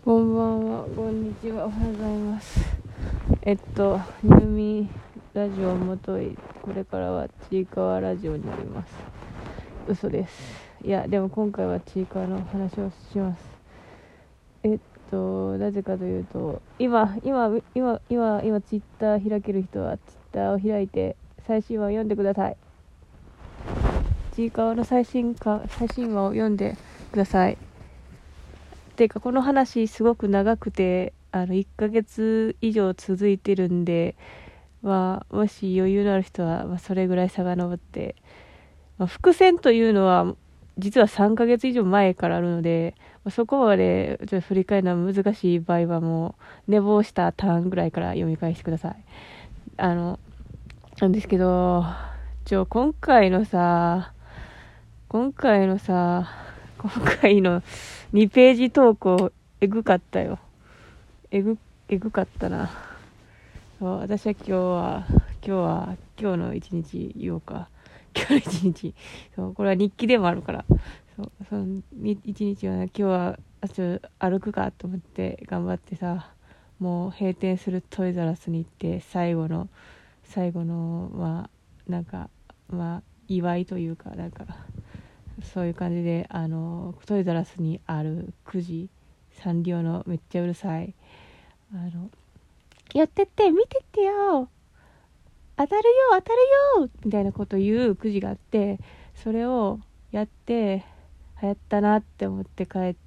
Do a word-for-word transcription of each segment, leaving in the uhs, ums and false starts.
こんばんは、こんにちは、おはようございます。えっと、入眠ラジオをもとい、これからはちいかわラジオになります。嘘です。いや、でも今回はちいかわの話をします。えっと、なぜかというと、今、今、今、今、今、ツイッター開ける人は、ツイッターを開いて、最新話を読んでください。ちいかわの最新か、最新話を読んでください。ていうかこの話すごく長くてあのいっかげつ以上続いてるんで、まあ、もし余裕のある人は、まあ、それぐらい遡って、まあ、伏線というのは実はさんかげつ以上前からあるので、まあ、そこまでちょっと振り返るのは難しい場合はもう寝坊したターンぐらいから読み返してください。あのなんですけど、ちょ今回のさ今回のさ今回のにページ投稿えぐかったよ。えぐえぐかったな。そう私は今日は今日は今日の一日言おうか。今日の一日そうこれは日記でもあるから、そうその一日は、ね、今日はあちょ歩くかと思って頑張ってさ、もう閉店するトイザらスに行って最後の最後のまあなんかまあ祝いというかなんかそういう感じであのトイザらスにあるくじサンリオのめっちゃうるさいあのやってって見てってよ当たるよ当たるよみたいなこと言うくじがあって、それをやって流行ったなって思って帰って、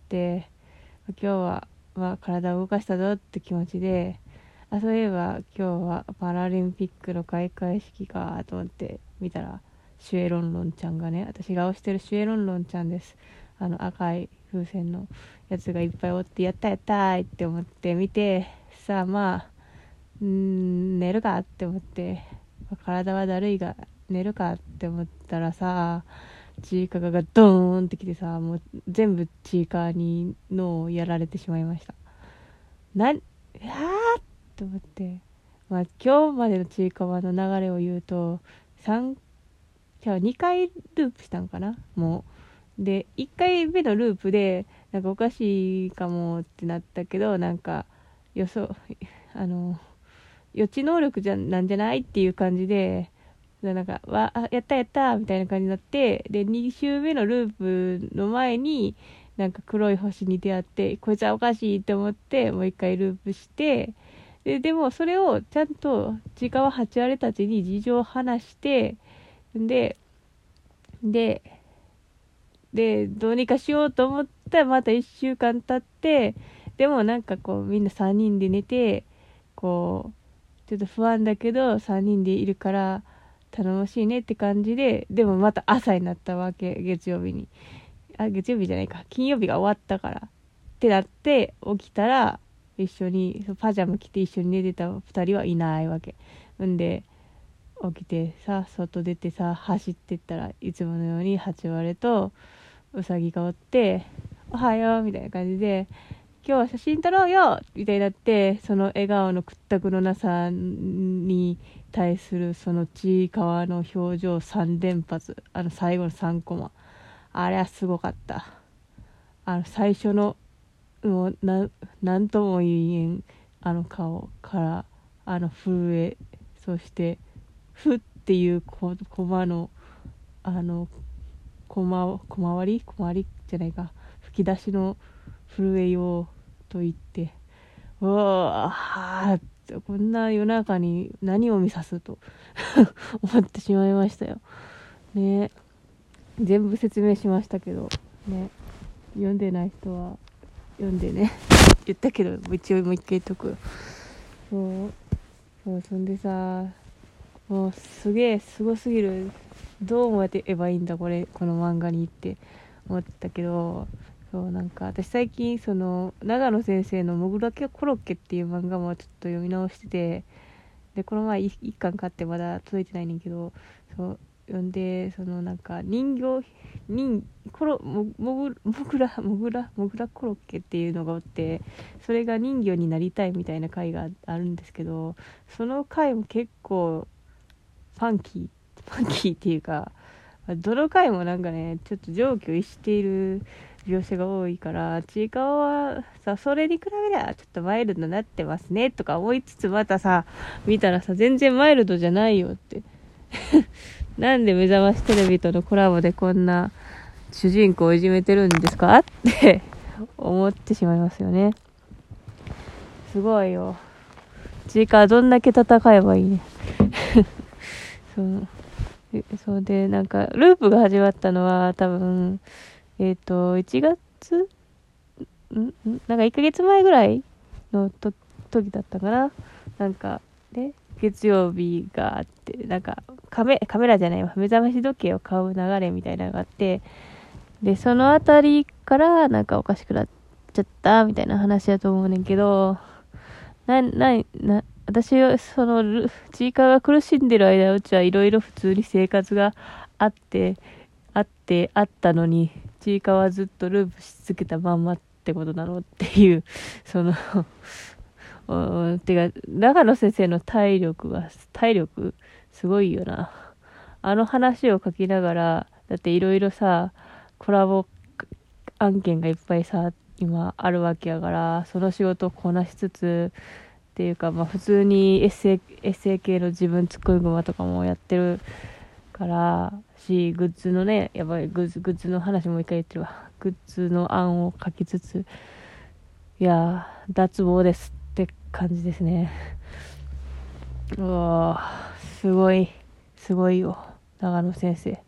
今日は、まあ、体を動かしたぞって気持ちで、あそういえば今日はパラリンピックの開会式かと思って見たら、シュエロンロンちゃんがね、私が推してるシュエロンロンちゃんです。あの赤い風船のやつがいっぱいおって、やったやったーって思って見て、さあまあうーん寝るかって思って、体はだるいが寝るかって思ったらさ、ちいかわがドーンってきてさ、もう全部ちいかわに脳をやられてしまいました。なんいやーって思って、まあ今日までのちいかわの流れを言うと、さんじゃあにかいループしたんかな、もうでいっかいめのループでなんかおかしいかもってなったけど、なんか予想あの予知能力じゃなんじゃないっていう感じで、なんかわあやったやったみたいな感じになって、でに周目のループの前になんか黒い星に出会って、こいつはおかしいって思ってもう一回ループして、ででもそれをちゃんとちいかわはち割たちに事情を話して、でででどうにかしようと思ったらまたいっしゅうかん経って、でもなんかこうみんなさんにんで寝て、こうちょっと不安だけどさんにんでいるから頼もしいねって感じで、でもまた朝になったわけ、月曜日に。あ月曜日じゃないか、金曜日が終わったからってなって、起きたら一緒にパジャマ着て一緒に寝てたふたりはいないわけんで、起きてさ外出てさ走ってったら、いつものようにはち割とうさぎがおって、おはようみたいな感じで、今日は写真撮ろうよみたいになって、その笑顔の屈託のなさに対するそのちいかわの表情さん連発、あの最後のさんコマ、あれはすごかった。あの最初のもうななんとも言えんあの顔からあの震え、そしてふっていうコマのあのコマ小回り小回りじゃないか、吹き出しの震えようと言って、うわあこんな夜中に何を見さすと思ってしまいましたよね。全部説明しましたけどね、読んでない人は読んでね言ったけど一応もう一回言っとくよ。そうそうそんでさ、もうすげえすごすぎる、どう思えばいいんだこれこの漫画にって思ってたけど、そうなんか私最近その長野先生の「もぐらけコロッケ」っていう漫画もちょっと読み直してて、でこの前一巻買ってまだ届いてないねんけど、そう読んで、そのなんか人形人コロももぐもぐらもぐらもぐらコロッケっていうのがあって、それが人魚になりたいみたいな回があるんですけど、その回も結構ファンキーファンキーっていうか、どの回もなんかねちょっと常軌を逸している描写が多いから、ちいかわはさ、それに比べりゃちょっとマイルドになってますねとか思いつつ、またさ見たらさ、全然マイルドじゃないよってなんで目覚ましテレビとのコラボでこんな主人公をいじめてるんですかって思ってしまいますよね。すごいよ。ちいかわどんだけ戦えばいいねそうそうで、なんかループが始まったのは多分えっ、ー、といちがつんんなんかいっかげつまえぐらいのと時だったかな。なんかで月曜日があって、なんかカメカメラじゃないわ、目覚まし時計を買う流れみたいなのがあって、でそのあたりからなんかおかしくなっちゃったみたいな話だと思うねんけど、ななな私はそのちいかわが苦しんでる間、うちはいろいろ普通に生活があってあってあったのに、ちいかわはずっとループし続けたまんまってことなのっていう、そのてか長野先生の体力が体力すごいよな。あの話を書きながら、だっていろいろさコラボ案件がいっぱいさ今あるわけやから、その仕事をこなしつつっていうか、まあ普通にエッセイエッセイ系の自分ツッコミグマとかもやってるからし、グッズのね、やばいグッズグッズの話もう一回言ってるわ。グッズの案を書きつつ、いやー脱帽ですって感じですね。うわーすごいすごいよ長野先生。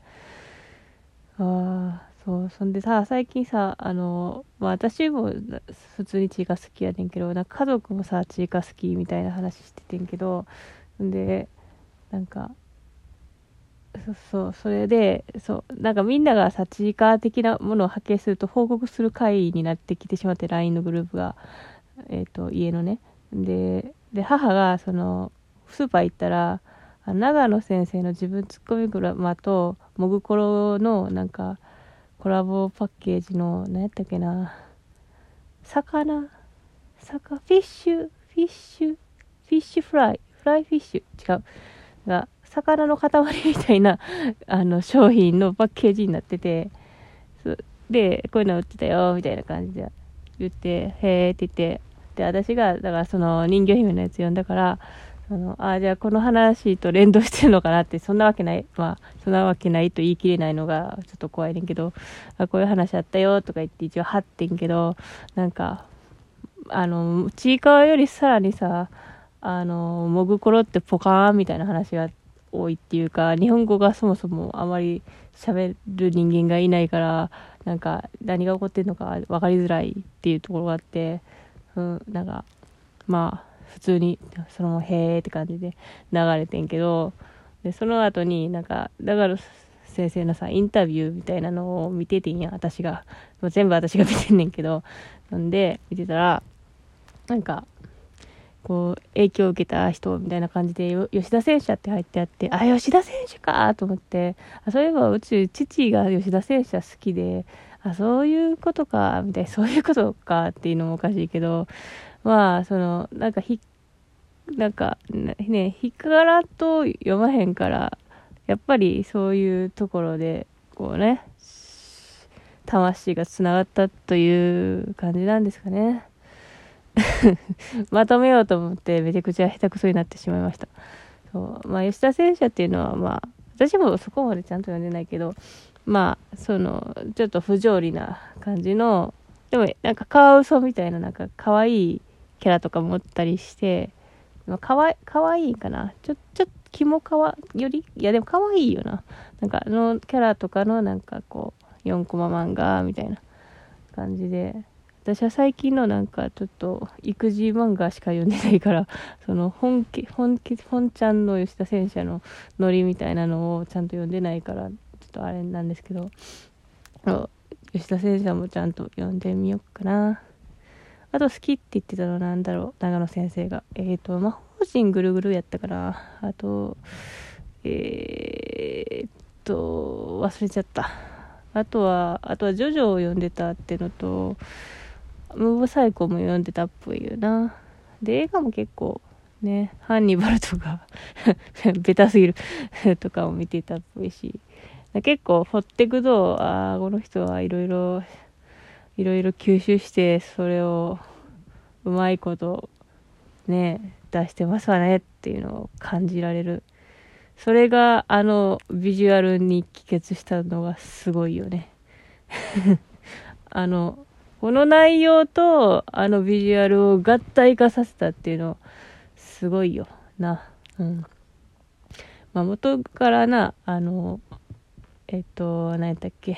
ああそう、そんでさ、最近さ、あのまあ私も普通にちいかわ好きやねんけど、なんか家族もさちいかわ好きみたいな話しててんけど、んでなんかそうそうそれでそうなんかみんながさちいかわ的なものを発見すると報告する会になってきてしまって、 ライン のグループが、えっ、ー、と家のね、でで母がそのスーパー行ったら、長野先生の自分ツッコミグラマとモグコロのなんかコラボパッケージの何やったっけな、魚魚フィッシュフィッシュフィッシュフライフライフィッシュ違うが魚の塊みたいなあの商品のパッケージになってて、でこういうの売ってたよみたいな感じで言って、へーって言って、で私がだからその人魚姫のやつ読んだから、そのあじゃあこの話と連動してるのかなって、そんなわけない、まあそんなわけないと言い切れないのがちょっと怖いねんけど、あこういう話あったよとか言って一応貼ってんけど、なんかあのちいかわよりさらにさ、あのモグコロってポカーンみたいな話が多いっていうか、日本語がそもそもあまり喋る人間がいないから、なんか何が起こってんのか分かりづらいっていうところがあって、うん、なんかまあ普通にそのへーって感じで流れてんけど、でその後になんかだから先生のさインタビューみたいなのを見ててんや、私が全部私が見てんねんけど、なんで見てたらなんかこう影響を受けた人みたいな感じで吉田選手って入ってあって、あ吉田選手かと思って、あそういえばうち父が吉田選手は好きで、あそういうことかみたいな、そういうことかっていうのもおかしいけど、まあそのなんかひなんかね引っかからんと読まへんから、やっぱりそういうところでこうね魂がつながったという感じなんですかね。まとめようと思ってめちゃくちゃ下手くそになってしまいました。そうまあ吉田選手っていうのはまあ私もそこまでちゃんと読んでないけど、まあそのちょっと不条理な感じの、でもなんかカワウソみたいななんか可愛いキャラとか持ったりして、まあ、かわいかわいいかな、ちょちょっとキモかわよりいやでも可愛いよな、なんかあのキャラとかのなんかこうよんコマ漫画みたいな感じで、私は最近のなんかちょっと育児漫画しか読んでないから、その本気本気本ちゃんの吉田戦車のノリみたいなのをちゃんと読んでないからちょっとあれなんですけど、吉田戦車もちゃんと読んでみようかな。あと好きって言ってたのなんだろう、長野先生がえっ、ー、と魔法陣ぐるぐるやったかな、あとえー、っと忘れちゃった。あとはあとはジョジョを読んでたってのとムーブサイコも読んでたっぽいよな。で映画も結構ね、ハンニバルとかベタすぎるとかも見てたっぽいし、結構掘ってくと、ああこの人はいろいろいろいろ吸収して、それをうまいことね出してますわねっていうのを感じられる。それがあのビジュアルに帰結したのがすごいよね。あのこの内容とあのビジュアルを合体化させたっていうのすごいよな。うん。まあ元からな、あのえっと何やったっけ、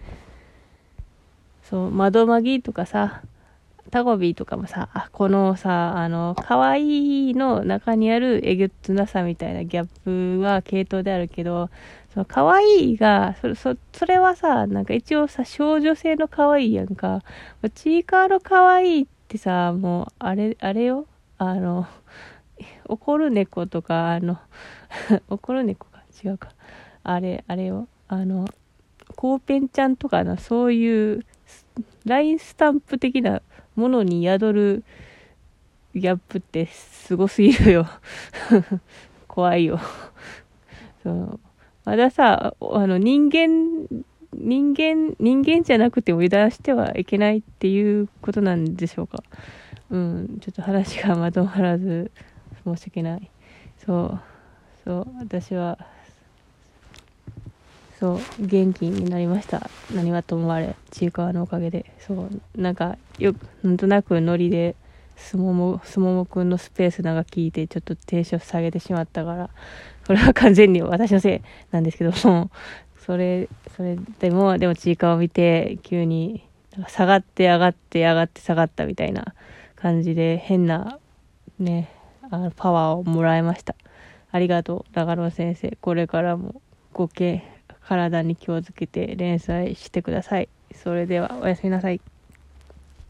そう窓マギとかさ、タゴビーとかもさ、あこのさ、あの可愛いの中にあるえげつなさみたいなギャップは系統であるけど、その可愛いがそそそれはさ、なんか一応さ少女性の可愛いやんか。ちいかわの可愛いってさ、もうあれあれよ、あの怒る猫とか、あの怒る猫か違うか、あれあれよ、あのコーペンちゃんとかのそういうラインスタンプ的なものに宿るギャップってすごすぎるよ。怖いよ。そうまださ、あの人間人間人間じゃなくても油断してはいけないっていうことなんでしょうか。うん、ちょっと話がまとまらず申し訳ない。そうそう私はそう元気になりました。何はともあれちいかわのおかげで。そうなんかよなんとなくノリですももすももくんのスペースなんか聞いてちょっとテンション下げてしまったから、それは完全に私のせいなんですけども、それそれでもでもちいかわを見て急になんか下がって上がって上がって下がったみたいな感じで変なね、あのパワーをもらいました。ありがとう長野先生。これからもごけ体に気をつけて連載してください。それではおやすみなさい。